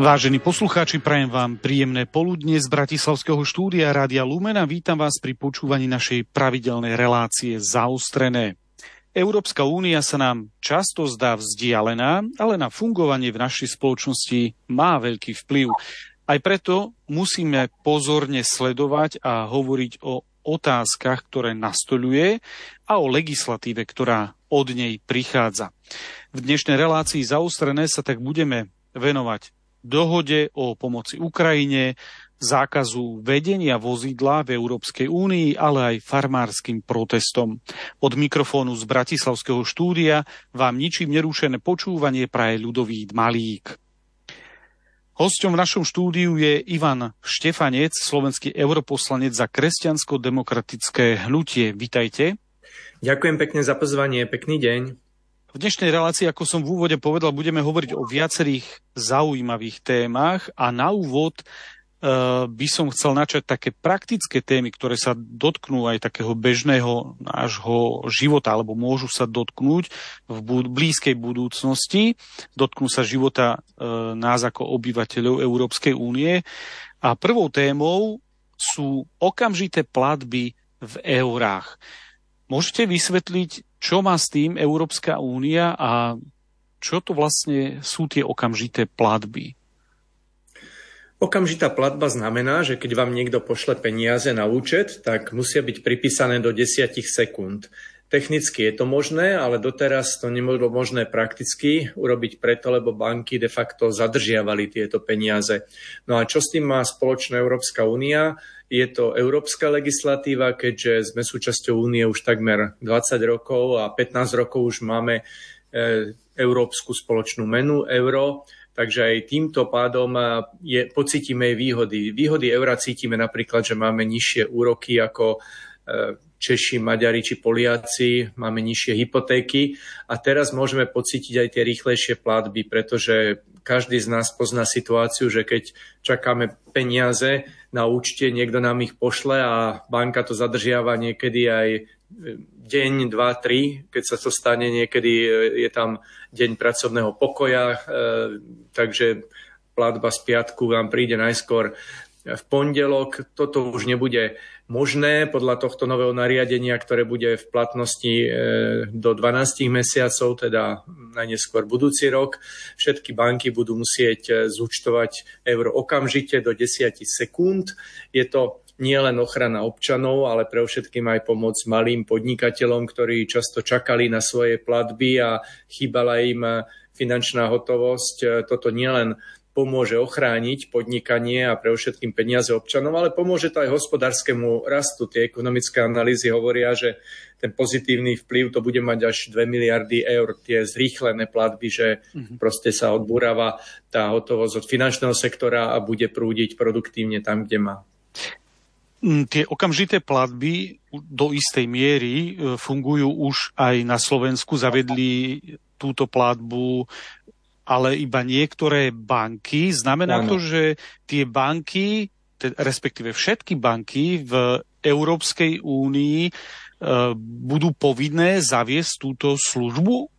Vážení poslucháči, prajem vám príjemné poludne z bratislavského štúdia Rádia Lumen a vítam vás pri počúvaní našej pravidelnej relácie Zaostrené. Európska únia sa nám často zdá vzdialená, ale na fungovanie v našej spoločnosti má veľký vplyv. Aj preto musíme pozorne sledovať a hovoriť o otázkach, ktoré nastoľuje a o legislatíve, ktorá od nej prichádza. V dnešnej relácii Zaostrené sa tak budeme venovať dohode o pomoci Ukrajine, zákazu vedenia vozidla v Európskej únii, ale aj farmárskym protestom. Od mikrofónu z bratislavského štúdia vám ničím nerušené počúvanie praje Ľudovít Malík. Hosťom v našom štúdiu je Ivan Štefanec, slovenský europoslanec za kresťansko-demokratické hnutie. Vitajte. Ďakujem pekne za pozvanie, pekný deň. V dnešnej relácii, ako som v úvode povedal, budeme hovoriť o viacerých zaujímavých témach a na úvod by som chcel načať také praktické témy, ktoré sa dotknú aj takého bežného nášho života, alebo môžu sa dotknúť v blízkej budúcnosti, dotknú sa života nás ako obyvateľov Európskej únie. A prvou témou sú okamžité platby v eurách. Môžete vysvetliť, čo má s tým Európska únia a čo to vlastne sú tie okamžité platby? Okamžitá platba znamená, že keď vám niekto pošle peniaze na účet, tak musia byť pripísané do 10 sekúnd. Technicky je to možné, ale doteraz to nebolo možné prakticky urobiť preto, lebo banky de facto zadržiavali tieto peniaze. No a čo s tým má spoločná Európska únia? Je to európska legislatíva, keďže sme súčasťou únie už takmer 20 rokov a 15 rokov už máme európsku spoločnú menu, euro. Takže aj týmto pádom pocítime výhody. Výhody eura cítime napríklad, že máme nižšie úroky ako Češi, Maďari či Poliaci, máme nižšie hypotéky a teraz môžeme pocítiť aj tie rýchlejšie platby, pretože každý z nás pozná situáciu, že keď čakáme peniaze na účte, niekto nám ich pošle a banka to zadržiava niekedy aj deň, 2, 3, keď sa to stane, niekedy je tam deň pracovného pokoja, takže platba z piatku vám príde najskôr v pondelok. Toto už nebude možné podľa tohto nového nariadenia, ktoré bude v platnosti do 12 mesiacov, teda najneskôr budúci rok. Všetky banky budú musieť zúčtovať euro okamžite do 10 sekúnd. Je to nie len ochrana občanov, ale pre všetkým aj pomoc malým podnikateľom, ktorí často čakali na svoje platby a chýbala im finančná hotovosť. Toto nielen pomôže ochrániť podnikanie a pre všetkým peniaze občanov, ale pomôže to aj hospodárskemu rastu. Tie ekonomické analýzy hovoria, že ten pozitívny vplyv to bude mať až 2 miliardy eur, tie zrýchlené platby, že proste sa odbúrava tá hotovosť od finančného sektora a bude prúdiť produktívne tam, kde má. Tie okamžité platby do istej miery fungujú už aj na Slovensku. Zavedli túto platbu, ale iba niektoré banky. Znamená to, že tie banky, respektíve všetky banky v Európskej únii budú povinné zaviesť túto službu?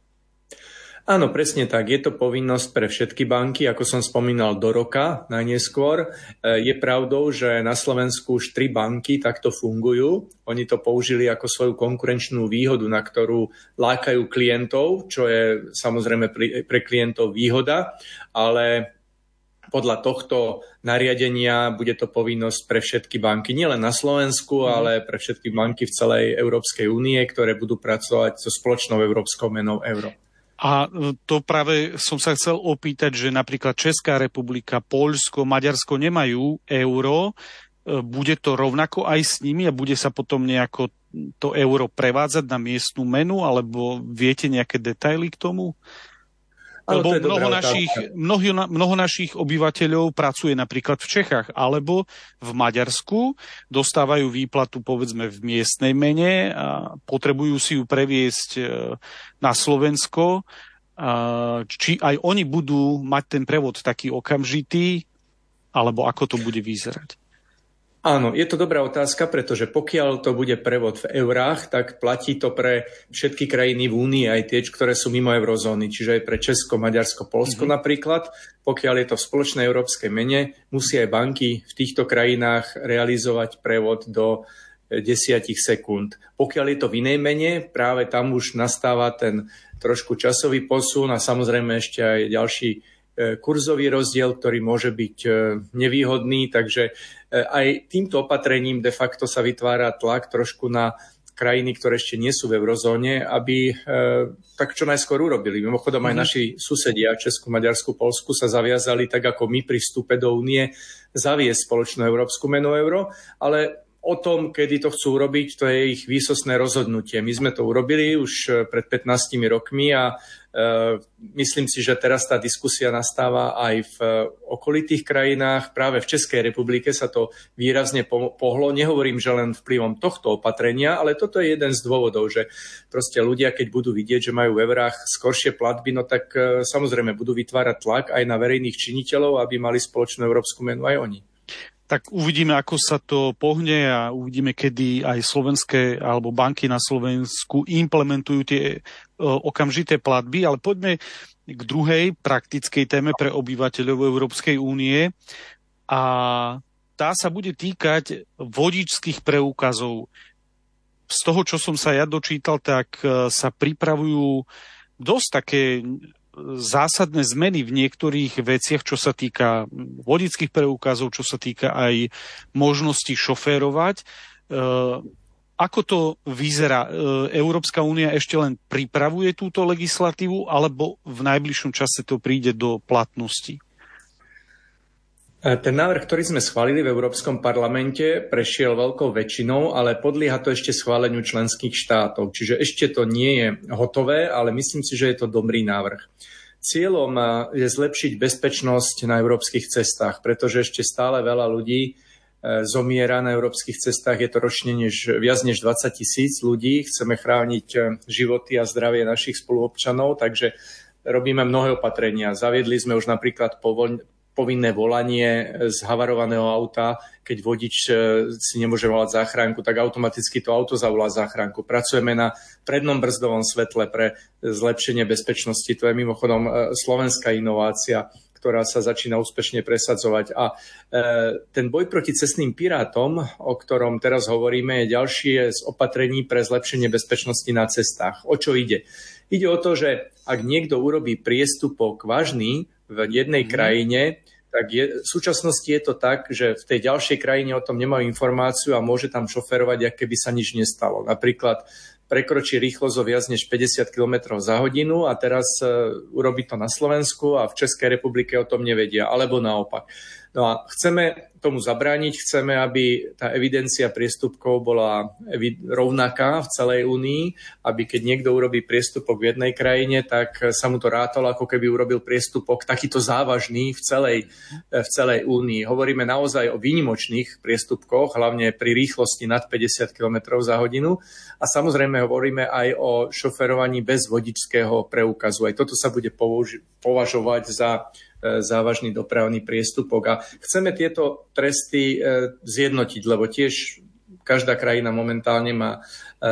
Áno, presne tak. Je to povinnosť pre všetky banky, ako som spomínal, do roka najneskôr. Je pravdou, že na Slovensku už 3 banky takto fungujú. Oni to použili ako svoju konkurenčnú výhodu, na ktorú lákajú klientov, čo je samozrejme pre klientov výhoda, ale podľa tohto nariadenia bude to povinnosť pre všetky banky, nielen na Slovensku, ale pre všetky banky v celej Európskej únie, ktoré budú pracovať so spoločnou európskou menou euro. A to práve som sa chcel opýtať, že napríklad Česká republika, Poľsko, Maďarsko nemajú euro. Bude to rovnako aj s nimi a bude sa potom nejako to euro prevádzať na miestnu menu, alebo viete nejaké detaily k tomu? Lebo mnoho našich obyvateľov pracuje napríklad v Čechách alebo v Maďarsku, dostávajú výplatu povedzme v miestnej mene a potrebujú si ju previesť na Slovensko. Či aj oni budú mať ten prevod taký okamžitý, alebo ako to bude vyzerať? Áno, je to dobrá otázka, pretože pokiaľ to bude prevod v eurách, tak platí to pre všetky krajiny v Únii, aj tie, ktoré sú mimo eurozóny, čiže aj pre Česko, Maďarsko, Poľsko napríklad. Pokiaľ je to v spoločnej európskej mene, musia aj banky v týchto krajinách realizovať prevod do 10 sekúnd. Pokiaľ je to v inej mene, práve tam už nastáva ten trošku časový posun a samozrejme ešte aj ďalší kurzový rozdiel, ktorý môže byť nevýhodný, takže aj týmto opatrením de facto sa vytvára tlak trošku na krajiny, ktoré ešte nie sú v eurozóne, aby tak čo najskôr urobili. Mimochodom aj naši susedia, Česku, Maďarsku, Poľsku sa zaviazali, tak ako my pri vstupe do Únie, zaviesť spoločnú európsku menu euro, ale o tom, kedy to chcú urobiť, to je ich výsostné rozhodnutie. My sme to urobili už pred 15 rokmi a myslím si, že teraz tá diskusia nastáva aj v okolitých krajinách. Práve v Českej republike sa to výrazne pohlo. Nehovorím, že len vplyvom tohto opatrenia, ale toto je jeden z dôvodov, že proste ľudia, keď budú vidieť, že majú v eurách skoršie platby, no tak samozrejme budú vytvárať tlak aj na verejných činiteľov, aby mali spoločnú európsku menu aj oni. Tak uvidíme, ako sa to pohne a uvidíme, kedy aj slovenské alebo banky na Slovensku implementujú tie okamžité platby. Ale poďme k druhej praktickej téme pre obyvateľov Európskej únie. A tá sa bude týkať vodičských preukazov. Z toho, čo som sa ja dočítal, tak sa pripravujú dosť také zásadné zmeny v niektorých veciach, čo sa týka vodičských preukazov, čo sa týka aj možnosti šoférovať. Ako to vyzerá? Európska únia ešte len pripravuje túto legislatívu, alebo v najbližšom čase to príde do platnosti? Ten návrh, ktorý sme schválili v Európskom parlamente, prešiel veľkou väčšinou, ale podlieha to ešte schváleniu členských štátov. Čiže ešte to nie je hotové, ale myslím si, že je to dobrý návrh. Cieľom je zlepšiť bezpečnosť na európskych cestách, pretože ešte stále veľa ľudí zomiera na európskych cestách. Je to ročne viac než 20 000 ľudí. Chceme chrániť životy a zdravie našich spoluobčanov, takže robíme mnohé opatrenia. Zaviedli sme už napríklad povinné volanie z havarovaného auta, keď vodič si nemôže volať záchranku, tak automaticky to auto zavolá záchranku. Pracujeme na prednom brzdovom svetle pre zlepšenie bezpečnosti. To je mimochodom slovenská inovácia, ktorá sa začína úspešne presadzovať. A ten boj proti cestným pirátom, o ktorom teraz hovoríme, je ďalšie z opatrení pre zlepšenie bezpečnosti na cestách. O čo ide? Ide o to, že ak niekto urobí priestupok vážny v jednej krajine, tak v súčasnosti je to tak, že v tej ďalšej krajine o tom nemajú informáciu a môže tam šoferovať, ako keby sa nič nestalo. Napríklad prekročí rýchlosť o viac než 50 km za hodinu a teraz urobí to na Slovensku a v Českej republike o tom nevedia, alebo naopak. No a chceme tomu zabrániť, chceme, aby tá evidencia priestupkov bola rovnaká v celej Únii, aby keď niekto urobí priestupok v jednej krajine, tak sa mu to rátalo, ako keby urobil priestupok takýto závažný v celej Únii. Hovoríme naozaj o výnimočných priestupkoch, hlavne pri rýchlosti nad 50 km za hodinu. A samozrejme hovoríme aj o šoferovaní bez vodičského preukazu. Aj toto sa bude považovať za závažný dopravný priestupok. A chceme tieto tresty zjednotiť, lebo tiež každá krajina momentálne má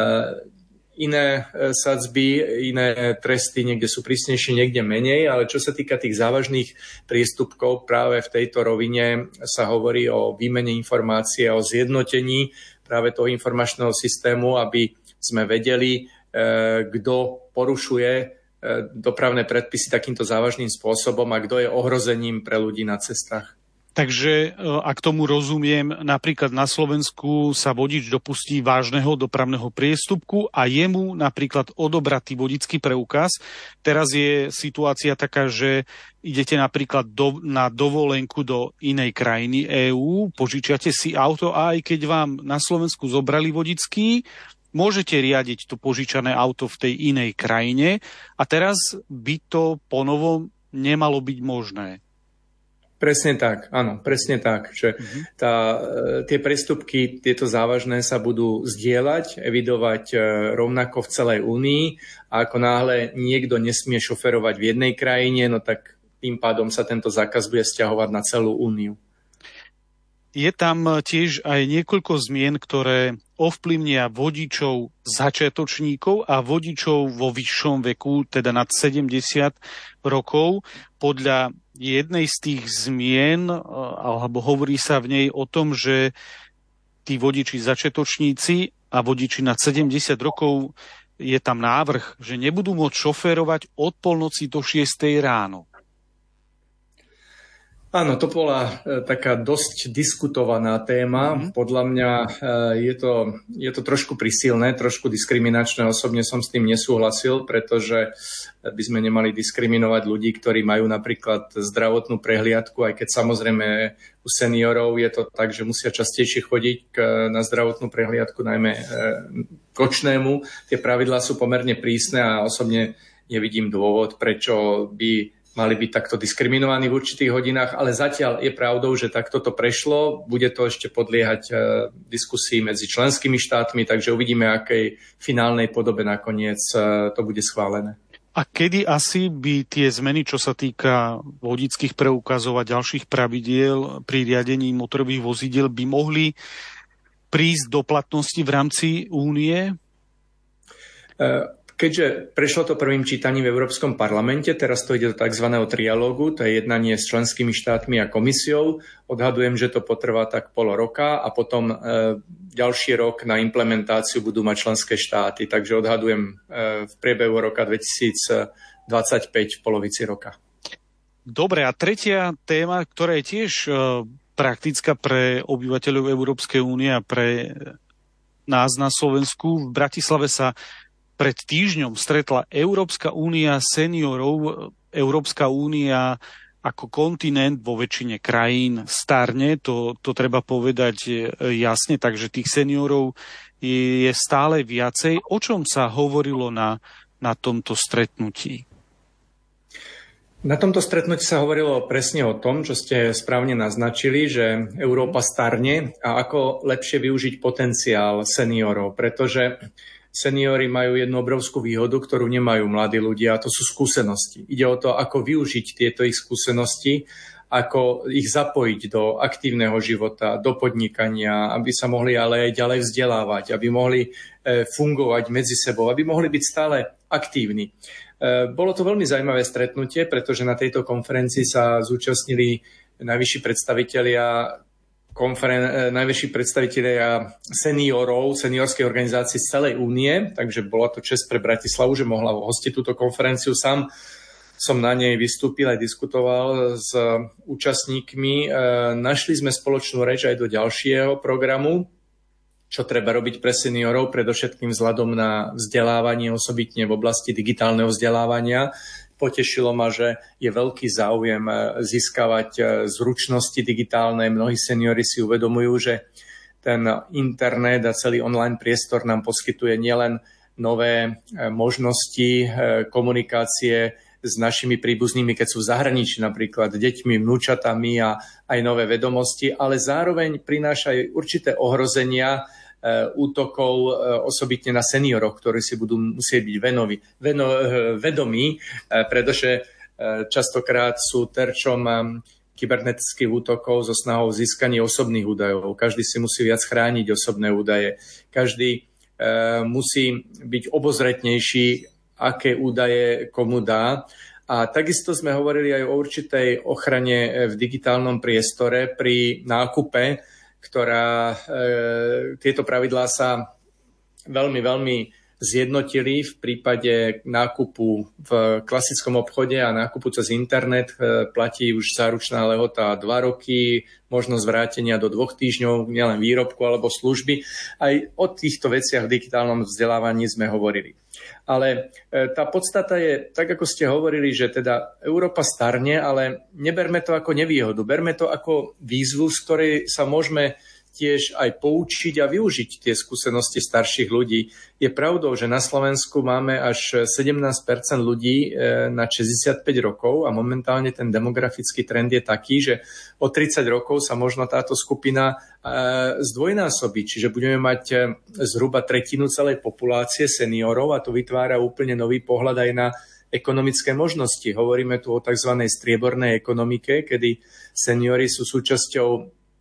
iné sadzby, iné tresty, niekde sú prísnejšie, niekde menej, ale čo sa týka tých závažných priestupkov, práve v tejto rovine sa hovorí o výmene informácií a o zjednotení práve toho informačného systému, aby sme vedeli, kto porušuje dopravné predpisy takýmto závažným spôsobom a kto je ohrozením pre ľudí na cestách. Takže ak tomu rozumiem, napríklad na Slovensku sa vodič dopustí vážneho dopravného priestupku a jemu napríklad odobratý vodičský preukaz. Teraz je situácia taká, že idete napríklad na dovolenku do inej krajiny EÚ, požičiate si auto a aj keď vám na Slovensku zobrali vodičský, môžete riadiť to požičané auto v tej inej krajine a teraz by to ponovom nemalo byť možné. Presne tak, áno, presne tak. Že tie prestupky, tieto závažné sa budú zdieľať, evidovať rovnako v celej Únii a ako náhle niekto nesmie šoferovať v jednej krajine, no tak tým pádom sa tento zákaz bude vzťahovať na celú Úniu. Je tam tiež aj niekoľko zmien, ktoré ovplyvnia vodičov začiatočníkov a vodičov vo vyššom veku, teda nad 70 rokov. Podľa jednej z tých zmien, alebo hovorí sa v nej o tom, že tí vodiči začiatočníci a vodiči nad 70 rokov, je tam návrh, že nebudú môcť šoférovať od polnoci do 6 ráno. Áno, to bola taká dosť diskutovaná téma. Podľa mňa je to trošku prísilné, trošku diskriminačné. Osobne som s tým nesúhlasil, pretože by sme nemali diskriminovať ľudí, ktorí majú napríklad zdravotnú prehliadku, aj keď samozrejme u seniorov je to tak, že musia častejšie chodiť na zdravotnú prehliadku, najmä k očnému. Tie pravidlá sú pomerne prísne a osobne nevidím dôvod, prečo by mali byť takto diskriminovaní v určitých hodinách, ale zatiaľ je pravdou, že takto to prešlo. Bude to ešte podliehať diskusii medzi členskými štátmi, takže uvidíme, akej finálnej podobe nakoniec to bude schválené. A kedy asi by tie zmeny, čo sa týka vodických preukazov a ďalších pravidiel pri riadení motorových vozidiel, by mohli prísť do platnosti v rámci únie? Keďže prešlo to prvým čítaním v Európskom parlamente, teraz to ide do tzv. Trialógu, to je jednanie s členskými štátmi a komisiou. Odhadujem, že to potrvá tak pol roka a potom ďalší rok na implementáciu budú mať členské štáty. Takže odhadujem v priebehu roka 2025 v polovici roka. Dobre, a tretia téma, ktorá je tiež praktická pre obyvateľov Európskej únie a pre nás na Slovensku. V Bratislave sa pred týždňom stretla Európska únia seniorov. Európska únia ako kontinent vo väčšine krajín starne, to treba povedať jasne, takže tých seniorov je stále viacej. O čom sa hovorilo na tomto stretnutí? Na tomto stretnutí sa hovorilo presne o tom, čo ste správne naznačili, že Európa starne a ako lepšie využiť potenciál seniorov, pretože seniori majú jednu obrovskú výhodu, ktorú nemajú mladí ľudia, a to sú skúsenosti. Ide o to, ako využiť tieto ich skúsenosti, ako ich zapojiť do aktívneho života, do podnikania, aby sa mohli ale aj ďalej vzdelávať, aby mohli fungovať medzi sebou, aby mohli byť stále aktívni. Bolo to veľmi zaujímavé stretnutie, pretože na tejto konferencii sa zúčastnili najvyšší predstavitelia seniorov, seniorskej organizácie z celej únie, takže bola to česť pre Bratislavu, že mohla hostiť túto konferenciu. Sám som na nej vystúpil aj diskutoval s účastníkmi. Našli sme spoločnú reč aj do ďalšieho programu, čo treba robiť pre seniorov, predovšetkým vzhľadom na vzdelávanie, osobitne v oblasti digitálneho vzdelávania. Potešilo ma, že je veľký záujem získavať zručnosti digitálne. Mnohí seniori si uvedomujú, že ten internet a celý online priestor nám poskytuje nielen nové možnosti komunikácie s našimi príbuznými, keď sú v zahraničí, napríklad deťmi, vnúčatami a aj nové vedomosti, ale zároveň prináša aj určité ohrozenia útokov osobitne na seniorov, ktorí si budú musieť byť vedomí, pretože častokrát sú terčom kybernetických útokov so snahou získania osobných údajov. Každý si musí viac chrániť osobné údaje. Každý musí byť obozretnejší, aké údaje komu dá. A takisto sme hovorili aj o určitej ochrane v digitálnom priestore pri nákupe, tieto pravidlá sa veľmi, veľmi zjednotili v prípade nákupu v klasickom obchode a nákupu cez internet. Platí už záručná lehota 2 roky, možnosť vrátenia do 2 týždňov, nielen výrobku alebo služby. Aj o týchto veciach v digitálnom vzdelávaní sme hovorili. Ale tá podstata je, tak ako ste hovorili, že teda Európa starne, ale neberme to ako nevýhodu, berme to ako výzvu, z ktorej sa môžeme tiež aj poučiť a využiť tie skúsenosti starších ľudí. Je pravdou, že na Slovensku máme až 17% ľudí na 65 rokov a momentálne ten demografický trend je taký, že o 30 rokov sa možno táto skupina zdvojnásobí, čiže budeme mať zhruba tretinu celej populácie seniorov a to vytvára úplne nový pohľad aj na ekonomické možnosti. Hovoríme tu o tzv. Striebornej ekonomike, kedy seniori sú súčasťou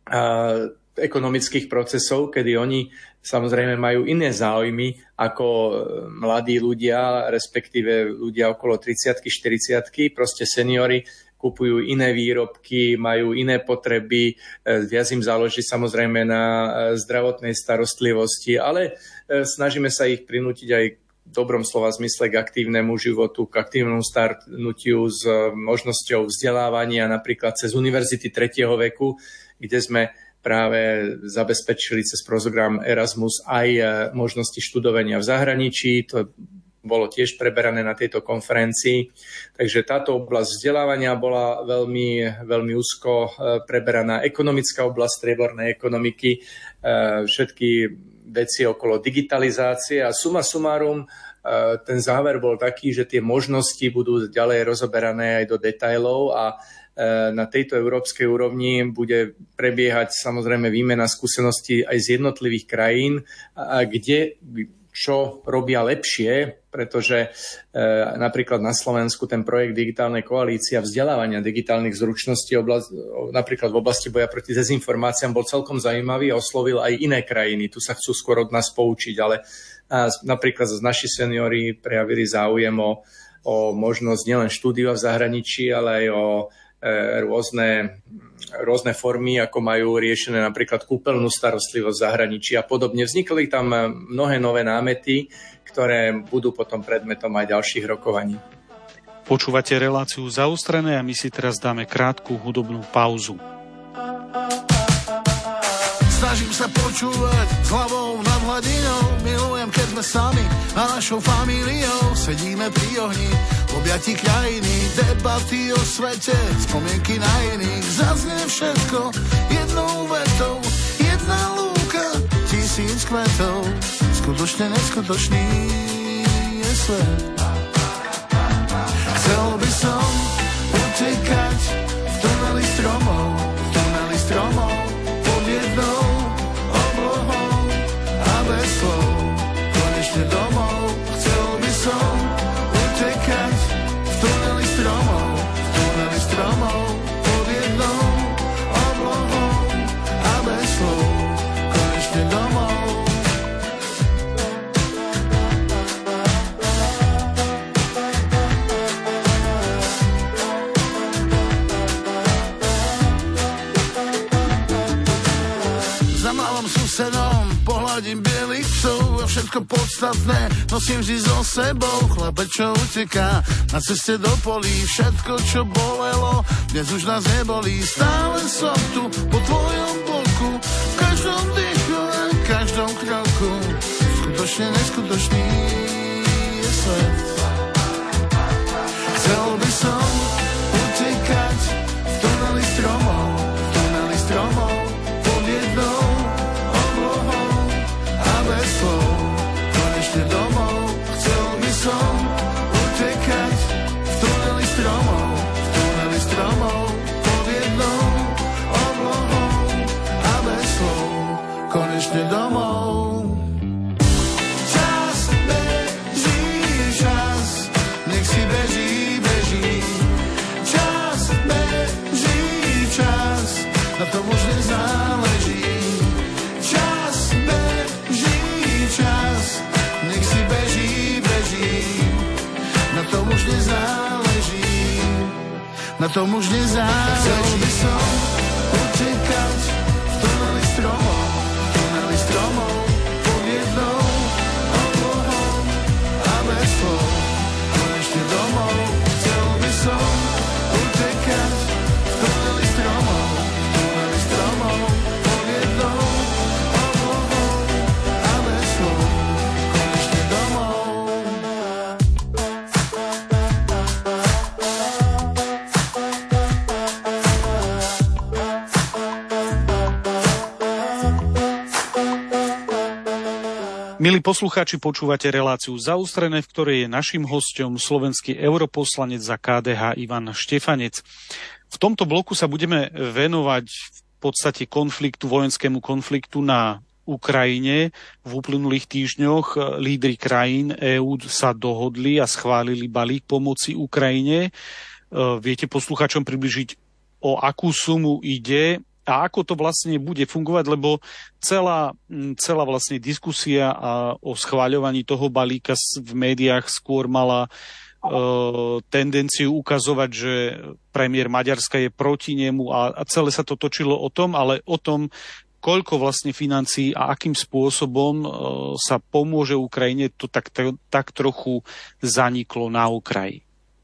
ekonomických procesov, kedy oni samozrejme majú iné záujmy ako mladí ľudia, respektíve ľudia okolo 30-ky, 40-ky, proste seniori kupujú iné výrobky, majú iné potreby, viac im záleží samozrejme na zdravotnej starostlivosti, ale snažíme sa ich prinútiť aj v dobrom slova zmysle k aktívnemu životu, k aktívnemu startnutiu s možnosťou vzdelávania napríklad cez univerzity 3. veku, kde sme práve zabezpečili cez program Erasmus aj možnosti študovania v zahraničí. To bolo tiež preberané na tejto konferencii. Takže táto oblasť vzdelávania bola veľmi, veľmi úzko preberaná. Ekonomická oblasť striebornej ekonomiky, všetky veci okolo digitalizácie a suma sumárum, ten záver bol taký, že tie možnosti budú ďalej rozoberané aj do detailov a na tejto európskej úrovni bude prebiehať samozrejme výmena skúseností aj z jednotlivých krajín, kde čo robia lepšie, pretože napríklad na Slovensku ten projekt Digitálnej koalície a vzdelávania digitálnych zručností napríklad v oblasti boja proti dezinformáciám bol celkom zaujímavý a oslovil aj iné krajiny. Tu sa chcú skôr od nás poučiť, ale napríklad naši seniori prejavili záujem o možnosť nielen štúdia v zahraničí, ale aj o rôzne formy, ako majú riešené napríklad kúpeľnú starostlivosť v zahraničí a podobne. Vznikli tam mnohé nové námety, ktoré budú potom predmetom aj ďalších rokovaní. Počúvate reláciu Zaostrené a my si teraz dáme krátku hudobnú pauzu. Snažím sa počúvať s hlavou nad hladinou, milujem, keď sme sami a našou familiou sedíme pri ohni, v objatí krajiny, debaty o svete, spomienky na iných, zaznie všetko jednou vetou, jedna lúka, 1000 kvetov, skutočne neskutočný je svet. Chcel by som utekať v tuneli stromov, pod jednou oblohou a bez slov, konečne domov. Chcel by som utekať v tuneli stromov, pod jednou oblohou a bez slov, konečne domov. Susedom pohľadím bielých psov a všetko podstatné nosím vždy so sebou. Chlapec, čo uteká na ceste do polí, všetko, čo bolelo, dnes už nás nebolí. Stále som tu po tvojom boku, v každom dýchu a v každom kroku. Skutočne neskutočný je svet. Chcel by som utekať v tuneli stromov, pod jednou bez slov, konečne domov. Chcel by som utekať v tuneli stromov, pod jednou oblohou a bez slov, konečne domov. Čas beží, nech si beží. Čas beží, na tom už nezáleží. Nech si beží, na tom už nezáleží. Chcel by som utekať v tuneli stromov, pod jednou oblohou a bez slov, konečne domov. Chcel by som utekať v tuneli stromov, pod jednou oblohou a bez slov, konečne domov. Milí poslucháči, počúvate reláciu Zaostrené, v ktorej je naším hosťom slovenský europoslanec za KDH Ivan Štefanec. V tomto bloku sa budeme venovať v podstate vojenskému konfliktu na Ukrajine. V uplynulých týždňoch lídri krajín EÚ sa dohodli a schválili balík pomoci Ukrajine. Viete poslucháčom približiť, o akú sumu ide a ako to vlastne bude fungovať, lebo celá vlastne diskusia o schvaľovaní toho balíka v médiách skôr mala tendenciu ukazovať, že premiér Maďarska je proti nemu a celé sa to točilo o tom, ale o tom, koľko vlastne financií a akým spôsobom sa pomôže Ukrajine, to tak trochu zaniklo na okraji.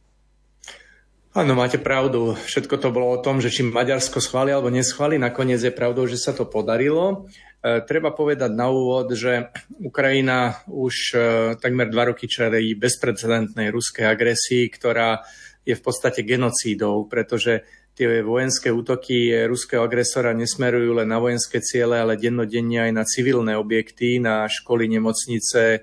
Áno, máte pravdu. Všetko to bolo o tom, že či Maďarsko schváli alebo neschváli. Nakoniec je pravdou, že sa to podarilo. Treba povedať na úvod, že Ukrajina už takmer 2 roky čelí bezprecedentnej ruskej agresii, ktorá je v podstate genocídou, pretože tie vojenské útoky ruského agresora nesmerujú len na vojenské ciele, ale dennodenne aj na civilné objekty, na školy, nemocnice,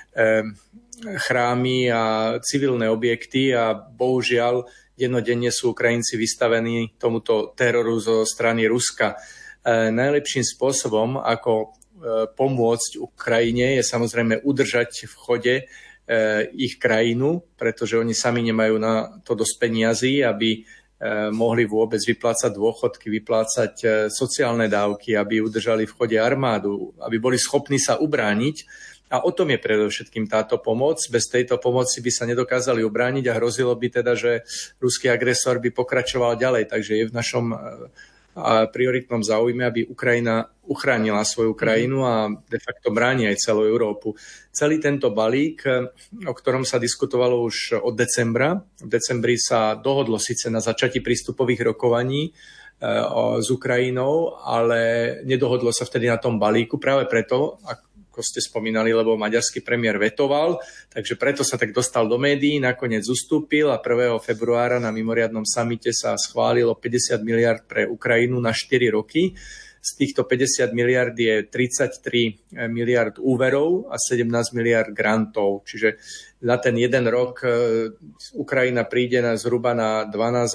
chrámy a civilné objekty a bohužiaľ dennodenne sú Ukrajinci vystavení tomuto teroru zo strany Ruska. Najlepším spôsobom, ako pomôcť Ukrajine, je samozrejme udržať v chode ich krajinu, pretože oni sami nemajú na to dosť peniazy, aby mohli vôbec vyplácať dôchodky, vyplácať sociálne dávky, aby udržali v chode armádu, aby boli schopní sa ubrániť. A o tom je predovšetkým táto pomoc. Bez tejto pomoci by sa nedokázali ubrániť a hrozilo by teda, že ruský agresor by pokračoval ďalej. Takže je v našom prioritnom záujme, aby Ukrajina uchránila svoju krajinu a de facto bráni aj celú Európu. Celý tento balík, o ktorom sa diskutovalo už od decembra, v decembri sa dohodlo síce na začatí prístupových rokovaní s Ukrajinou, ale nedohodlo sa vtedy na tom balíku práve preto, ako ste spomínali, lebo maďarský premiér vetoval, takže preto sa tak dostal do médií, nakoniec ustúpil a 1. februára na mimoriadnom samite sa schválilo 50 miliard pre Ukrajinu na 4 roky. Z týchto 50 miliard je 33 miliard úverov a 17 miliard grantov, čiže za ten jeden rok Ukrajina príde zhruba na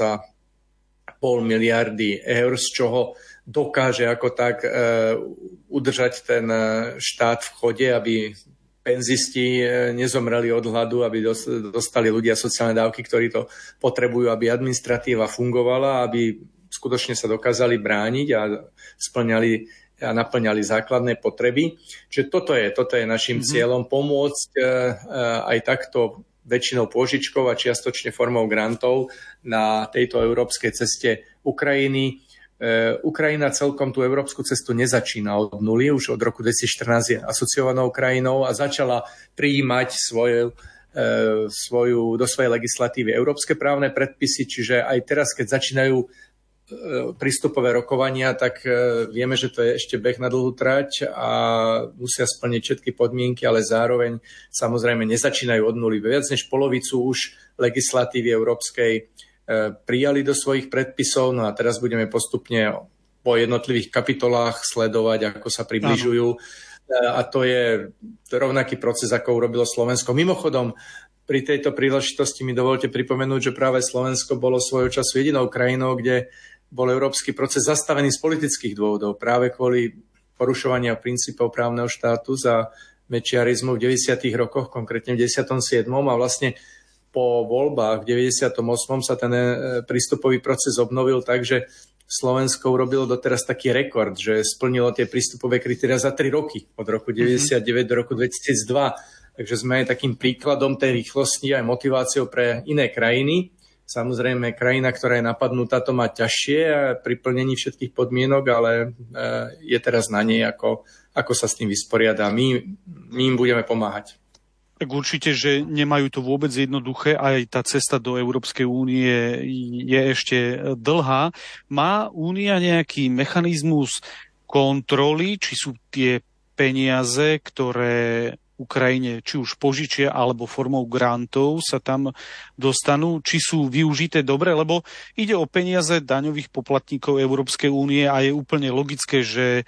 12,5 miliardy eur, z čoho dokáže ako tak udržať ten štát v chode, aby penzisti nezomreli od hladu, aby dostali ľudia sociálne dávky, ktorí to potrebujú, aby administratíva fungovala, aby skutočne sa dokázali brániť a splňali a naplňali základné potreby. Čiže toto je našim cieľom, pomôcť aj takto väčšinou pôžičkou a čiastočne formou grantov na tejto európskej ceste Ukrajiny. Ukrajina celkom tú európsku cestu nezačína od nuly, už od roku 2014 je asociovanou krajinou a začala prijímať do svojej legislatívy európske právne predpisy, čiže aj teraz, keď začínajú prístupové rokovania, tak vieme, že to je ešte beh na dlhú trať a musia splniť všetky podmienky, ale zároveň samozrejme nezačínajú od nuly. Viac než polovicu už legislatívy európskej prijali do svojich predpisov, no a teraz budeme postupne po jednotlivých kapitolách sledovať, ako sa približujú. A to je rovnaký proces, ako urobilo Slovensko. Mimochodom, pri tejto príležitosti mi dovolte pripomenúť, že práve Slovensko bolo svojho času jedinou krajinou, kde bol európsky proces zastavený z politických dôvodov, práve kvôli porušovania princípov právneho štátu za mečiarizmu v 90. rokoch, konkrétne v 97. a vlastne po voľbách v 98. sa ten prístupový proces obnovil tak, že Slovensko urobilo doteraz taký rekord, že splnilo tie prístupové kritériá za 3 roky, od roku 99 do roku 2002. Takže sme aj takým príkladom tej rýchlosti aj motiváciou pre iné krajiny. Samozrejme, krajina, ktorá je napadnutá, to má ťažšie pri plnení všetkých podmienok, ale je teraz na nej, ako sa s tým vysporiada. My im budeme pomáhať. Tak určite, že nemajú to vôbec jednoduché, aj tá cesta do Európskej únie je ešte dlhá. Má únia nejaký mechanizmus kontroly, či sú tie peniaze, ktoré Ukrajine či už požičia alebo formou grantov sa tam dostanú, či sú využité dobre, lebo ide o peniaze daňových poplatníkov Európskej únie a je úplne logické, že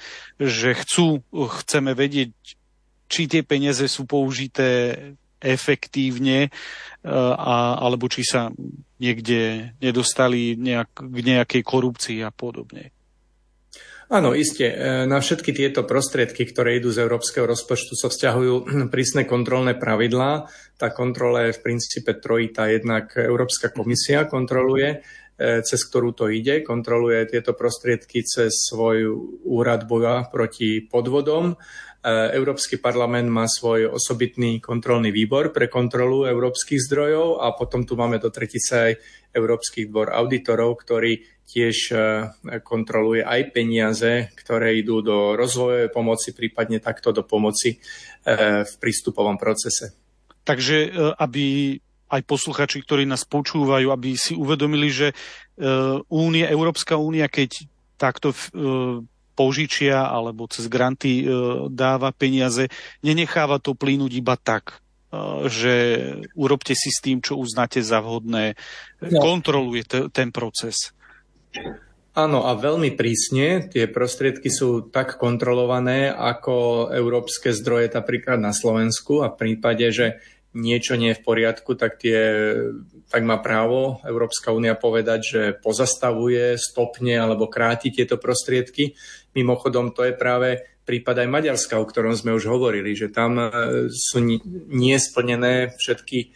chceme vedieť, či tie peniaze sú použité efektívne, alebo či sa niekde nedostali k nejakej korupcii a podobne. Áno, iste. Na všetky tieto prostriedky, ktoré idú z európskeho rozpočtu, sa vzťahujú prísne kontrolné pravidlá. Tá kontrola je v princípe trojitá. Jednak Európska komisia kontroluje cez ktorú to ide, kontroluje tieto prostriedky cez svoj úrad boja proti podvodom. Európsky parlament má svoj osobitný kontrolný výbor pre kontrolu európskych zdrojov a potom tu máme do tretice aj Európsky dvor auditorov, ktorý tiež kontroluje aj peniaze, ktoré idú do rozvojovej pomoci, prípadne takto do pomoci v prístupovom procese. Takže aby aj posluchači, ktorí nás počúvajú, aby si uvedomili, že Európska únia, keď takto požičia alebo cez granty dáva peniaze, nenecháva to plynúť iba tak, že urobte si s tým, čo uznáte za vhodné. Kontroluje ten proces. Áno, a veľmi prísne. Tie prostriedky sú tak kontrolované ako európske zdroje napríklad na Slovensku a v prípade, že niečo nie je v poriadku, tak má právo Európska únia povedať, že pozastavuje, stopne alebo kráti tieto prostriedky. Mimochodom, to je práve prípad aj Maďarska, o ktorom sme už hovorili, že tam sú nesplnené všetky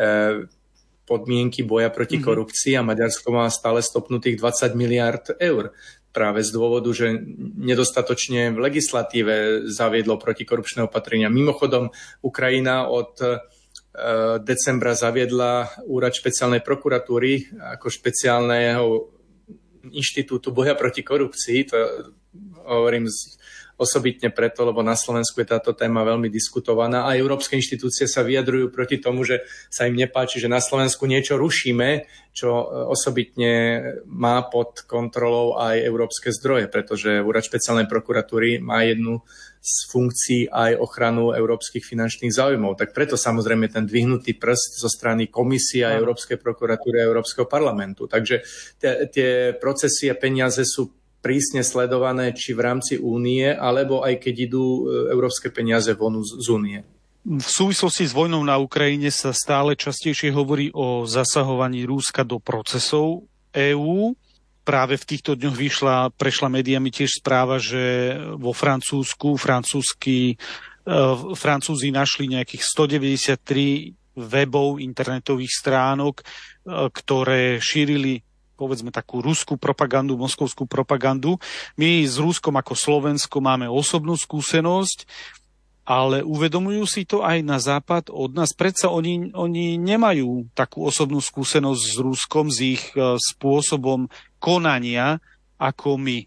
podmienky boja proti korupcii a Maďarsko má stále stopnutých 20 miliárd eur. Práve z dôvodu, že nedostatočne v legislatíve zaviedlo protikorupčné opatrenia. Mimochodom, Ukrajina od decembra zaviedla úrad špeciálnej prokuratúry ako špeciálneho inštitútu boja proti korupcii. To hovorím osobitne preto, lebo na Slovensku je táto téma veľmi diskutovaná a európske inštitúcie sa vyjadrujú proti tomu, že sa im nepáči, že na Slovensku niečo rušíme, čo osobitne má pod kontrolou aj európske zdroje, pretože úrad špeciálnej prokuratúry má jednu z funkcií aj ochranu európskych finančných záujmov. Tak preto samozrejme ten dvihnutý prst zo strany Komisie a Európskej prokuratúry a Európskeho parlamentu. Takže tie procesy a peniaze sú prísne sledované či v rámci únie, alebo aj keď idú európske peniaze von z únie. V súvislosti s vojnou na Ukrajine sa stále častejšie hovorí o zasahovaní Ruska do procesov EÚ. Práve v týchto dňoch prešla médiami tiež správa, že vo Francúzsku Francúzi našli nejakých 193 webov, internetových stránok, ktoré šírili povedzme takú ruskú propagandu, moskovskú propagandu. My s Ruskom ako Slovensko máme osobnú skúsenosť, ale uvedomujú si to aj na západ od nás. Predsa oni nemajú takú osobnú skúsenosť s Ruskom, s ich spôsobom konania ako my.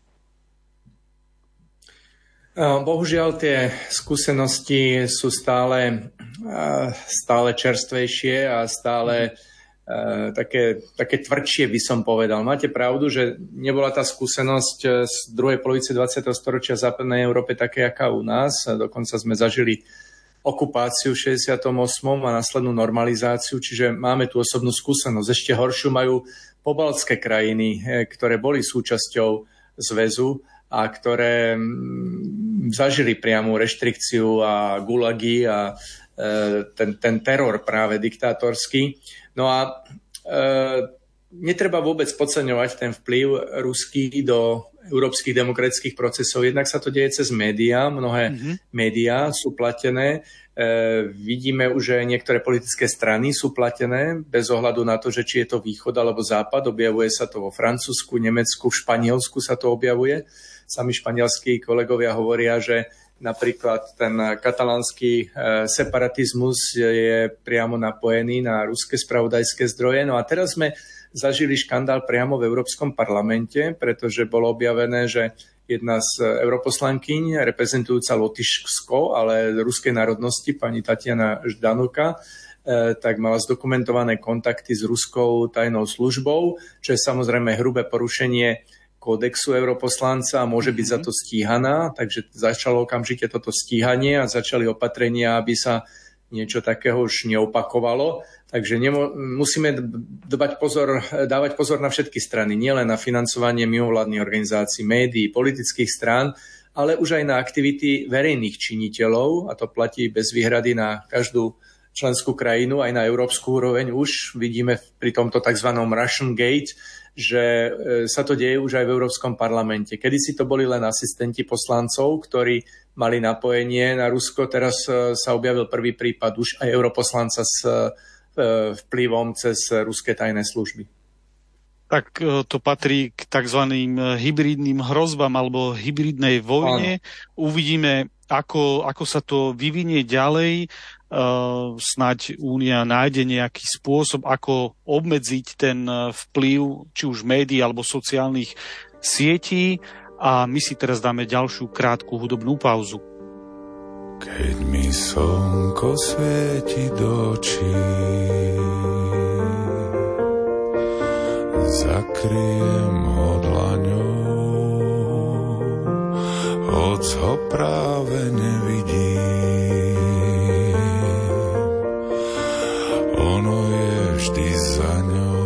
Bohužiaľ tie skúsenosti sú stále čerstvejšie a stále také tvrdšie by som povedal. Máte pravdu, že nebola tá skúsenosť z druhej polovice 20. storočia v západnej Európe také, aká u nás. Dokonca sme zažili okupáciu v 68. a následnú normalizáciu, čiže máme tú osobnú skúsenosť. Ešte horšiu majú pobaltské krajiny, ktoré boli súčasťou zväzu a ktoré zažili priamu reštrikciu a gulagy a ten teror práve diktátorský. No a netreba vôbec podceňovať ten vplyv ruský do európskych demokratických procesov. Jednak sa to deje cez médiá, mnohé médiá sú platené. Vidíme už, že niektoré politické strany sú platené bez ohľadu na to, že či je to východ alebo západ. Objavuje sa to vo Francúzsku, Nemecku, v Španielsku sa to objavuje. Sami španielskí kolegovia hovoria, že napríklad ten katalánsky separatizmus je priamo napojený na ruské spravodajské zdroje. No a teraz sme zažili škandál priamo v Európskom parlamente, pretože bolo objavené, že jedna z europoslankyň reprezentujúca Lotyšsko, ale ruskej národnosti, pani Tatiana Ždanuka, tak mala zdokumentované kontakty s ruskou tajnou službou, čo je samozrejme hrubé porušenie kódexu europoslanca a môže byť za to stíhaná, takže začalo okamžite toto stíhanie a začali opatrenia, aby sa niečo takého už neopakovalo. Takže musíme dávať pozor na všetky strany, nielen na financovanie mimovládnych organizácií, médií, politických strán, ale už aj na aktivity verejných činiteľov, a to platí bez výhrady na každú členskú krajinu, aj na európsku úroveň. Už vidíme pri tomto tzv. Russian Gate, že sa to deje už aj v Európskom parlamente. Kedysi to boli len asistenti poslancov, ktorí mali napojenie na Rusko. Teraz sa objavil prvý prípad už aj europoslanca s vplyvom cez ruské tajné služby. tak to patrí k tzv. Hybridným hrozbám alebo hybridnej vojne. Áno. Uvidíme, ako sa to vyvinie ďalej. Snáď Únia nájde nejaký spôsob, ako obmedziť ten vplyv či už médií alebo sociálnych sietí. A my si teraz dáme ďalšiu krátku hudobnú pauzu. Keď mi slnko svieti do očí, zakriem ho dlaňou, hoc ho práve nevidím. Ono je vždy za ňou.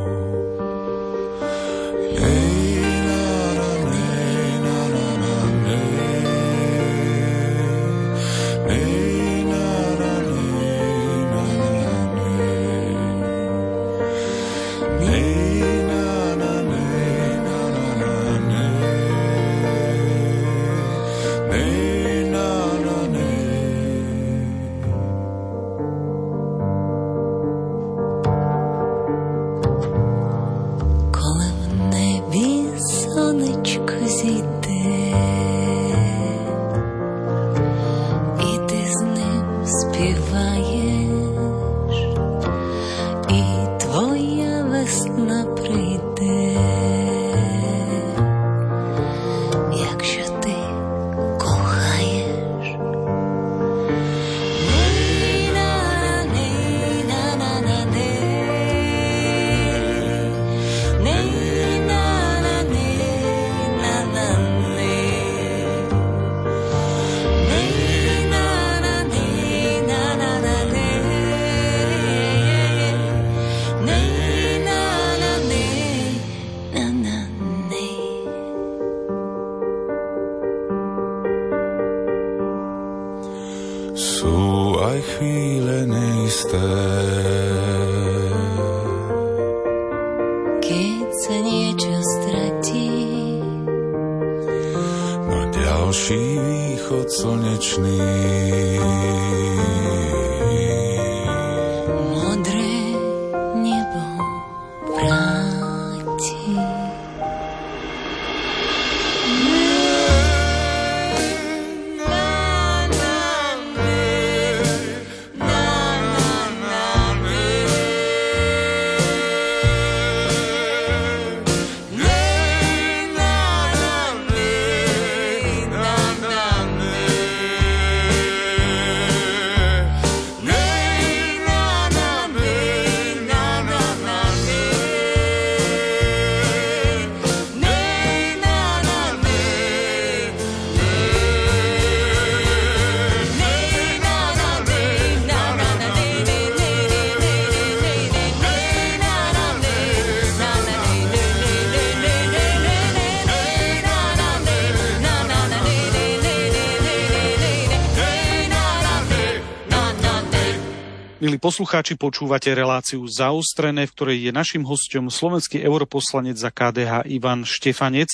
Milí poslucháči, počúvate reláciu Zaostrené, v ktorej je naším hosťom slovenský europoslanec za KDH Ivan Štefanec.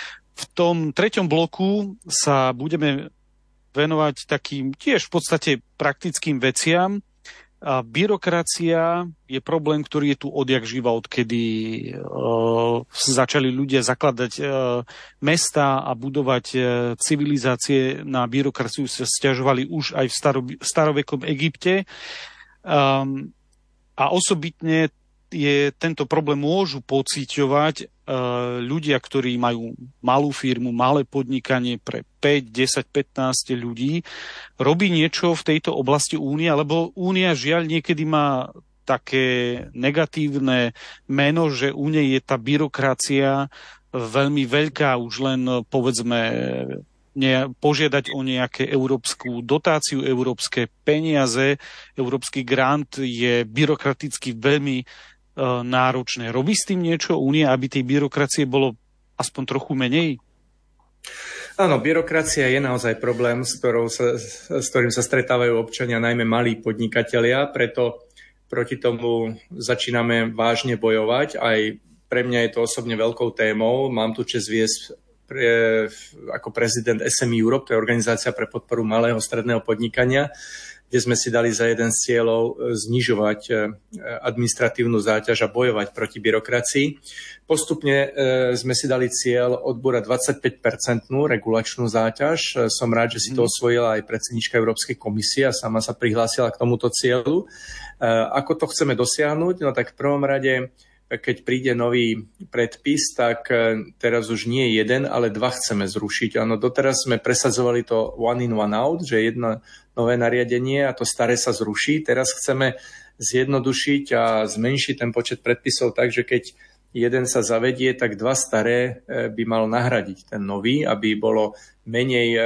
V tom treťom bloku sa budeme venovať takým tiež v podstate praktickým veciam. A byrokracia je problém, ktorý je tu odjak živa, odkedy začali ľudia zakladať mestá a budovať civilizácie. Na byrokraciu sa sťažovali už aj v starovekom Egypte. A osobitne tento problém môžu pociťovať ľudia, ktorí majú malú firmu, malé podnikanie pre 5, 10, 15 ľudí. Robí niečo v tejto oblasti Únia, lebo Únia žiaľ niekedy má také negatívne meno, že u nej je tá byrokracia veľmi veľká, už len povedzme požiadať o nejaké európsku dotáciu, európske peniaze, európsky grant je byrokraticky veľmi náročné. Robí s tým niečo Únia, aby tej byrokracie bolo aspoň trochu menej? Áno, byrokracia je naozaj problém, s ktorým sa stretávajú občania, najmä malí podnikatelia, preto proti tomu začíname vážne bojovať. Aj pre mňa je to osobne veľkou témou. Mám tu česť viesť ako prezident SME Europe, to je organizácia pre podporu malého stredného podnikania, kde sme si dali za jeden z cieľov znižovať administratívnu záťaž a bojovať proti byrokracii. Postupne sme si dali cieľ odbúrať 25% regulačnú záťaž. Som rád, že si to osvojila aj predsedníčka Európskej komisie a sama sa prihlásila k tomuto cieľu. Ako to chceme dosiahnuť? No tak v prvom rade, keď príde nový predpis, tak teraz už nie jeden, ale dva chceme zrušiť. Áno, doteraz sme presadzovali to one in, one out, že jedno nové nariadenie a to staré sa zruší. Teraz chceme zjednodušiť a zmenšiť ten počet predpisov tak, že keď jeden sa zavedie, tak dva staré by mal nahradiť ten nový, aby bolo menej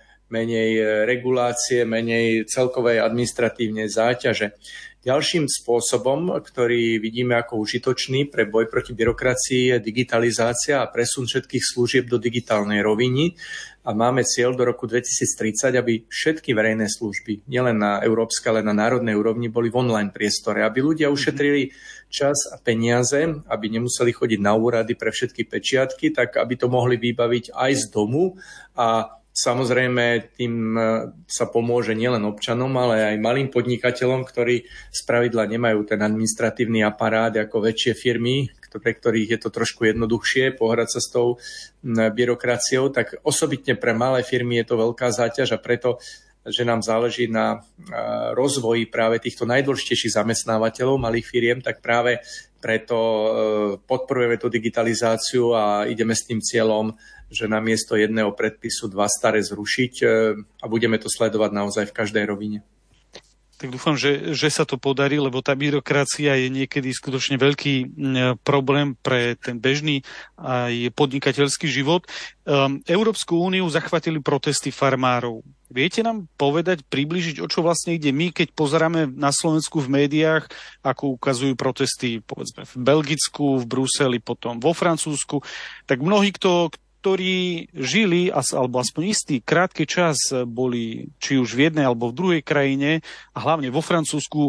regulácie, menej celkovej administratívnej záťaže. Ďalším spôsobom, ktorý vidíme ako užitočný pre boj proti byrokracii, je digitalizácia a presun všetkých služieb do digitálnej roviny. A máme cieľ do roku 2030, aby všetky verejné služby, nielen na európskej, ale na národnej úrovni, boli v online priestore. Aby ľudia ušetrili čas a peniaze, aby nemuseli chodiť na úrady pre všetky pečiatky, tak aby to mohli vybaviť aj z domu. A samozrejme, tým sa pomôže nielen občanom, ale aj malým podnikateľom, ktorí spravidla nemajú ten administratívny aparát ako väčšie firmy, pre ktorých je to trošku jednoduchšie pohrať sa s tou byrokraciou. Tak osobitne pre malé firmy je to veľká záťaž a preto, že nám záleží na rozvoji práve týchto najdôležitejších zamestnávateľov malých firiem, tak práve preto podporujeme tú digitalizáciu a ideme s tým cieľom, že namiesto jedného predpisu dva staré zrušiť a budeme to sledovať naozaj v každej rovine. Tak dúfam, že sa to podarí, lebo tá byrokracia je niekedy skutočne veľký problém pre ten bežný aj podnikateľský život. Európsku úniu zachvatili protesty farmárov. Viete nám povedať, približiť, o čo vlastne ide? My, keď pozeráme na Slovensku v médiách, ako ukazujú protesty povedzme v Belgicku, v Bruseli, potom vo Francúzsku, tak mnohí, ktorí žili, alebo aspoň istý krátky čas boli či už v jednej alebo v druhej krajine, a hlavne vo Francúzsku,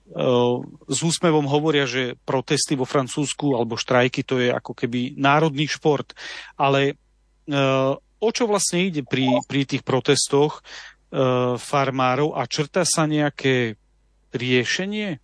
s úsmevom hovoria, že protesty vo Francúzsku alebo štrajky to je ako keby národný šport. Ale o čo vlastne ide pri tých protestoch farmárov a črtá sa nejaké riešenie?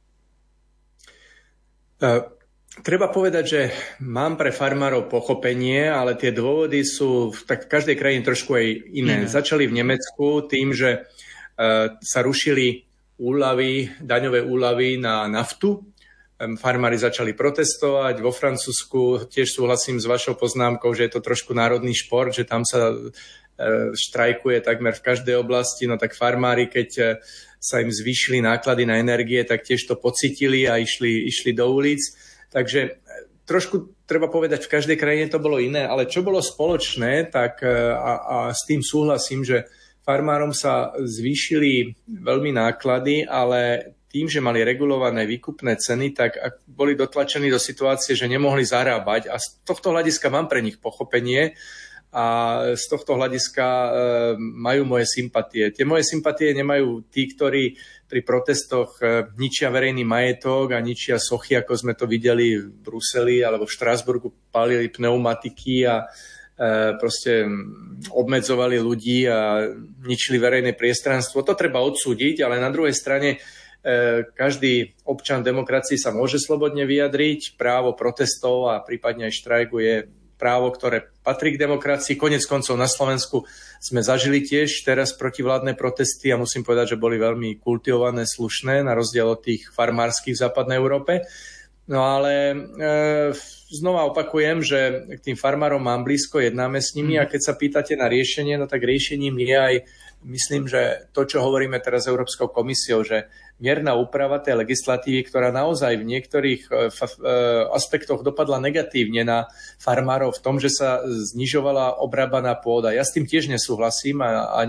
Treba povedať, že mám pre farmárov pochopenie, ale tie dôvody sú v každej krajine trošku aj iné. Začali v Nemecku tým, že sa rušili daňové úľavy na naftu. Farmári začali protestovať. Vo Francúzsku tiež súhlasím s vašou poznámkou, že je to trošku národný šport, že tam sa štrajkuje takmer v každej oblasti. No tak farmári, keď sa im zvýšili náklady na energie, tak tiež to pocítili a išli do ulic. Takže trošku treba povedať, v každej krajine to bolo iné, ale čo bolo spoločné, tak a s tým súhlasím, že farmárom sa zvýšili veľmi náklady, ale tým, že mali regulované výkupné ceny, tak boli dotlačení do situácie, že nemohli zarábať a z tohto hľadiska mám pre nich pochopenie a z tohto hľadiska majú moje sympatie. Tie moje sympatie nemajú tí, ktorí pri protestoch ničia verejný majetok a ničia sochy, ako sme to videli v Bruseli alebo v Štrasburgu, palili pneumatiky a proste obmedzovali ľudí a ničili verejné priestranstvo. To treba odsúdiť, ale na druhej strane každý občan demokracii sa môže slobodne vyjadriť. Právo protestov a prípadne aj štrajku je právo, ktoré patrí k demokracii. Konec koncov na Slovensku sme zažili tiež teraz protivládne protesty a musím povedať, že boli veľmi kultivované, slušné, na rozdiel od tých farmárskych v západnej Európe. No ale znova opakujem, že k tým farmárom mám blízko, jednáme s nimi a keď sa pýtate na riešenie, no tak riešením je aj, myslím, že to, čo hovoríme teraz s Európskou komisiou, že mierna úprava tej legislatívy, ktorá naozaj v niektorých aspektoch dopadla negatívne na farmárov v tom, že sa znižovala obrábaná pôda. Ja s tým tiež nesúhlasím a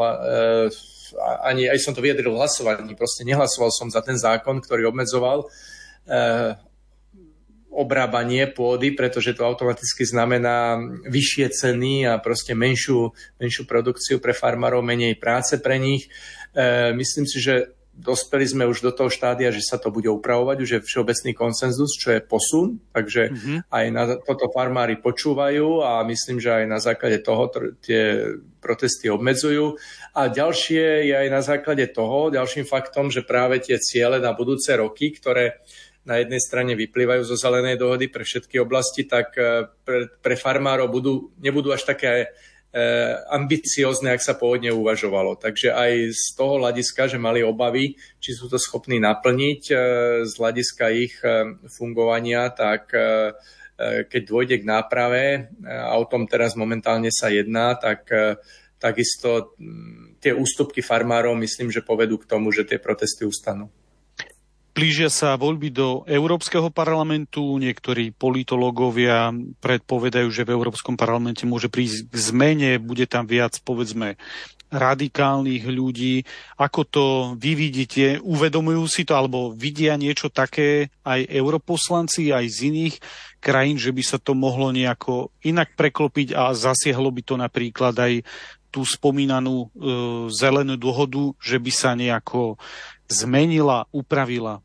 ani aj som to vyjadril v hlasovaní. Proste nehlasoval som za ten zákon, ktorý obmedzoval obrábanie pôdy, pretože to automaticky znamená vyššie ceny a proste menšiu produkciu pre farmárov, menej práce pre nich. Myslím si, že dospeli sme už do toho štádia, že sa to bude upravovať, už je všeobecný konsenzus, čo je posun, takže aj na toto farmári počúvajú a myslím, že aj na základe toho tie protesty obmedzujú. A ďalšie je aj na základe toho, ďalším faktom, že práve tie ciele na budúce roky, ktoré na jednej strane vyplývajú zo zelenej dohody pre všetky oblasti, tak pre farmárov nebudú až také ambiciózne, ak sa pôvodne uvažovalo. Takže aj z toho hľadiska, že mali obavy, či sú to schopní naplniť z hľadiska ich fungovania, tak keď dôjde k náprave, a o tom teraz momentálne sa jedná, tak takisto tie ústupky farmárov myslím, že povedú k tomu, že tie protesty ustanú. Blížia sa voľby do Európskeho parlamentu. Niektorí politológovia predpovedajú, že v Európskom parlamente môže prísť k zmene, bude tam viac, povedzme, radikálnych ľudí. Ako to vy vidíte? Uvedomujú si to, alebo vidia niečo také aj europoslanci, aj z iných krajín, že by sa to mohlo nejako inak preklopiť a zasiahlo by to napríklad aj tú spomínanú zelenú dohodu, že by sa nejako zmenila, upravila?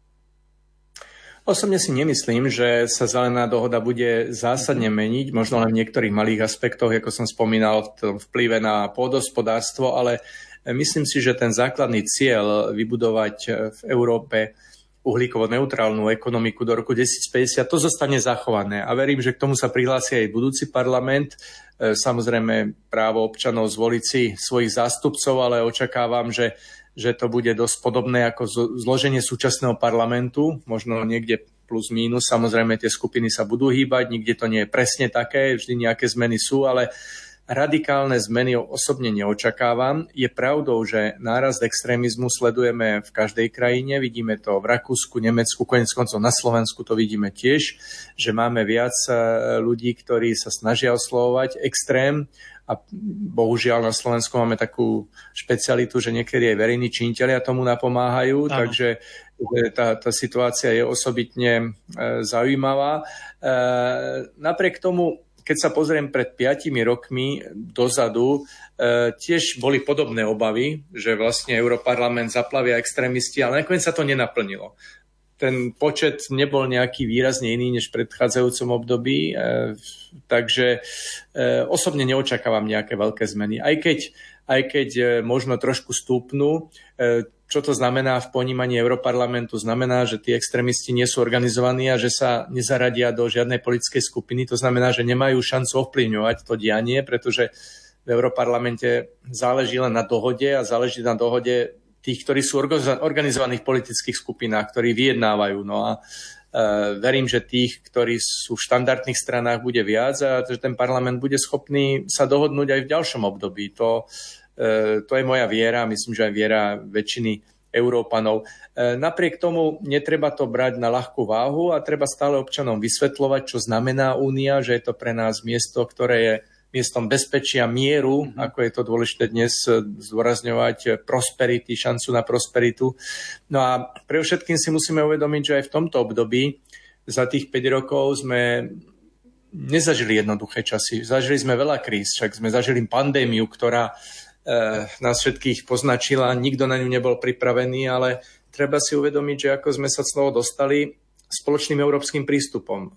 Osobne si nemyslím, že sa zelená dohoda bude zásadne meniť, možno len v niektorých malých aspektoch, ako som spomínal, v tom vplyve na pôdohospodárstvo, ale myslím si, že ten základný cieľ vybudovať v Európe uhlíkovo-neutrálnu ekonomiku do roku 2050, to zostane zachované. A verím, že k tomu sa prihlási aj budúci parlament. Samozrejme právo občanov zvoliť si svojich zástupcov, ale očakávam, že to bude dosť podobné ako zloženie súčasného parlamentu, možno niekde plus mínus. Samozrejme tie skupiny sa budú hýbať, nikde to nie je presne také, vždy nejaké zmeny sú, ale radikálne zmeny osobne neočakávam. Je pravdou, že nárast extrémizmu sledujeme v každej krajine, vidíme to v Rakúsku, Nemecku, koniec koncov na Slovensku to vidíme tiež, že máme viac ľudí, ktorí sa snažia oslovovať extrém. A bohužiaľ na Slovensku máme takú špecialitu, že niekedy aj verejní činitelia tomu napomáhajú, takže tá situácia je osobitne zaujímavá. Napriek tomu, keď sa pozriem pred 5 rokmi dozadu, tiež boli podobné obavy, že vlastne Europarlament zaplavia extrémisti, ale nakoniec sa to nenaplnilo. Ten počet nebol nejaký výrazne iný než v predchádzajúcom období, takže osobne neočakávam nejaké veľké zmeny. Aj keď možno trošku stúpnú, čo to znamená v ponímaní Europarlamentu? Znamená, že tí extrémisti nie sú organizovaní a že sa nezaradia do žiadnej politickej skupiny. To znamená, že nemajú šancu ovplyvňovať to dianie, pretože v Europarlamente záleží len na dohode a záleží na dohode tých, ktorí sú organizovaní v politických skupinách, ktorí vyjednávajú. No a verím, že tých, ktorí sú v štandardných stranách, bude viac a že ten parlament bude schopný sa dohodnúť aj v ďalšom období. To je moja viera, myslím, že aj viera väčšiny Európanov. Napriek tomu netreba to brať na ľahkú váhu a treba stále občanom vysvetľovať, čo znamená Únia, že je to pre nás miesto, ktoré je miestom bezpečia, mieru, ako je to dôležité dnes zdôrazňovať, prosperity, šancu na prosperitu. No a pre všetkým si musíme uvedomiť, že aj v tomto období za tých 5 rokov sme nezažili jednoduché časy. Zažili sme veľa kríz, však sme zažili pandémiu, ktorá nás všetkých poznačila, nikto na ňu nebol pripravený, ale treba si uvedomiť, že ako sme sa z toho dostali spoločným európskym prístupom.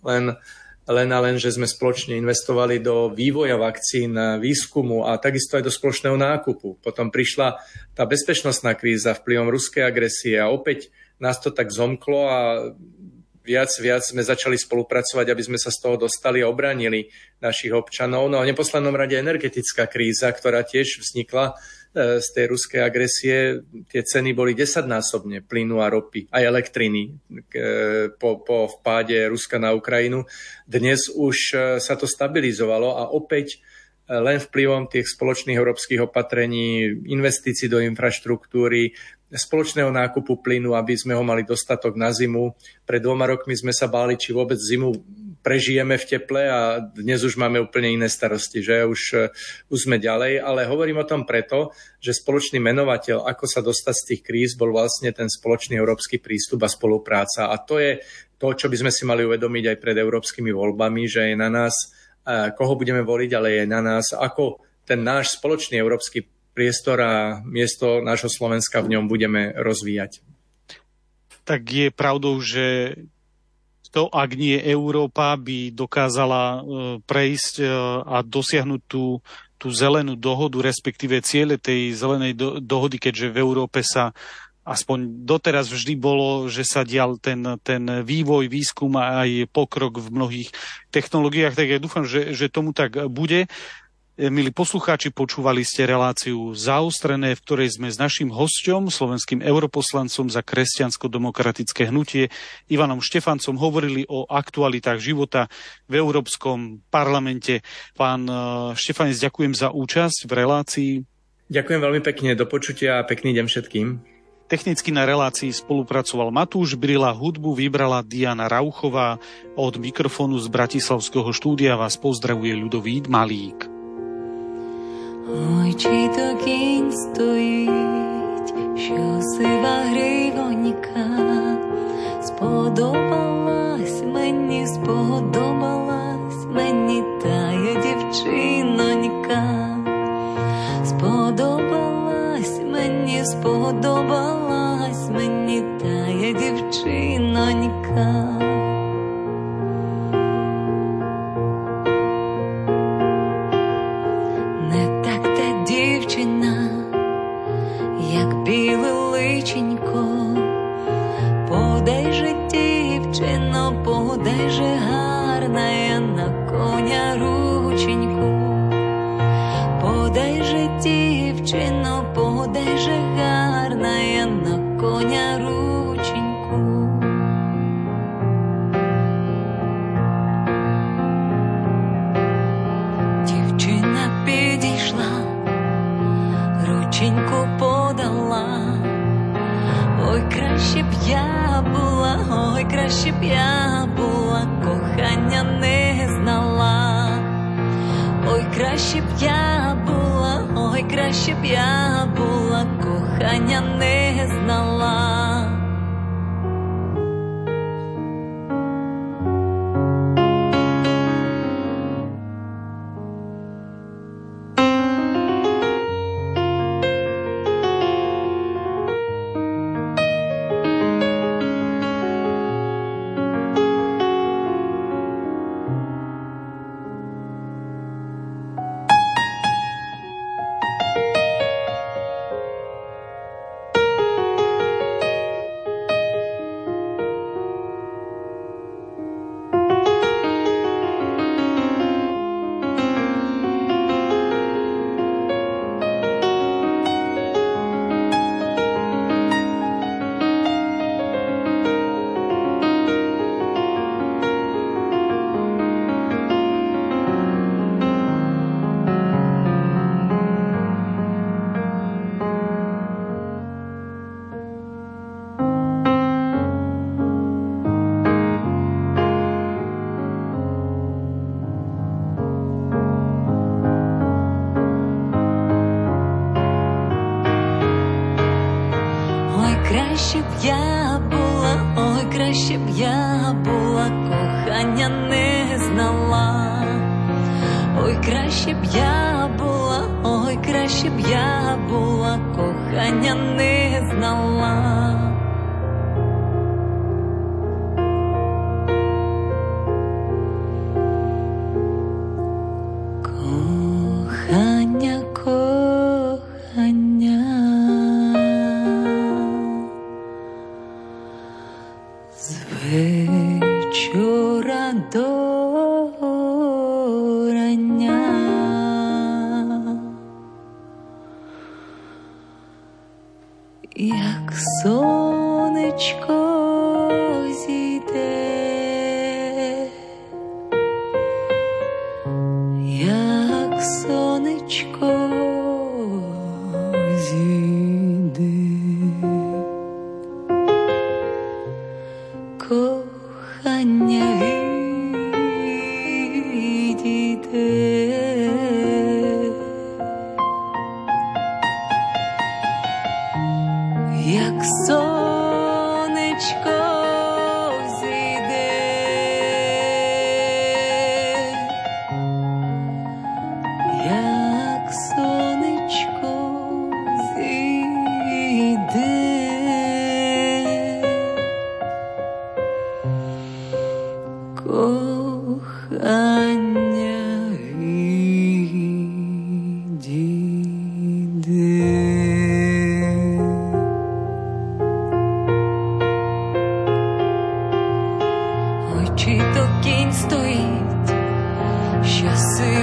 Len, že sme spoločne investovali do vývoja vakcín, výskumu a takisto aj do spoločného nákupu. Potom prišla tá bezpečnostná kríza vplyvom ruskej agresie a opäť nás to tak zomklo a viac sme začali spolupracovať, aby sme sa z toho dostali a obránili našich občanov. No a v neposlednom rade energetická kríza, ktorá tiež vznikla z tej ruskej agresie. Tie ceny boli 10-násobne plynu a ropy, aj elektriny po vpáde Ruska na Ukrajinu. Dnes už sa to stabilizovalo a opäť len vplyvom tých spoločných európskych opatrení, investícií do infraštruktúry, spoločného nákupu plynu, aby sme ho mali dostatok na zimu. Pred 2 rokmi sme sa báli, či vôbec zimu prežijeme v teple a dnes už máme úplne iné starosti, že už sme ďalej, ale hovorím o tom preto, že spoločný menovateľ, ako sa dostať z tých kríz, bol vlastne ten spoločný európsky prístup a spolupráca. A to je to, čo by sme si mali uvedomiť aj pred európskymi voľbami, že je na nás, koho budeme voliť, ale je na nás, ako ten náš spoločný európsky priestor a miesto nášho Slovenska v ňom budeme rozvíjať. Tak je pravdou, že to, ak nie Európa, by dokázala prejsť a dosiahnuť tú zelenú dohodu, respektíve ciele tej zelenej dohody, keďže v Európe sa aspoň doteraz vždy bolo, že sa dial ten vývoj, výskum a aj pokrok v mnohých technológiách, tak ja dúfam, že tomu tak bude. Milí poslucháči, počúvali ste reláciu Zaostrené, v ktorej sme s naším hosťom, slovenským europoslancom za kresťansko-demokratické hnutie Ivanom Štefancom hovorili o aktualitách života v Európskom parlamente. Pán Štefanec, ďakujem za účasť v relácii. Ďakujem veľmi pekne, do počutia a pekný deň všetkým. Technicky na relácii spolupracoval Matúš Brila, hudbu vybrala Diana Rauchová. Od mikrofónu z bratislavského štúdia vás pozdravuje Ľudovít Malík. Ой, чи то кінь стоїть, що сива гривонька, сподобалась мені тая дівчинонька, сподобалась мені тая дівчинонька. Біле личенько, подай же, дівчино, подай же гарна я на коня рученьку, подай же, дівчино, подай же гарна я на коня рученьку. Дівчина підійшла, рученьку подала. Ой, краще б я була, ой, краще б я була, кохання не знала. Ой, краще б я була, ой, краще б я була, кохання не знала. Краще б я була, ой, краще б я була, кохання не знала. Ой, краще б я була, ой, краще б я була, кохання не знала. Кохання, кохання. Вечора до рання, як сонечко зійде, як сонечко зійде. Кохання відійде, як сонечко зійде, як сонечко časy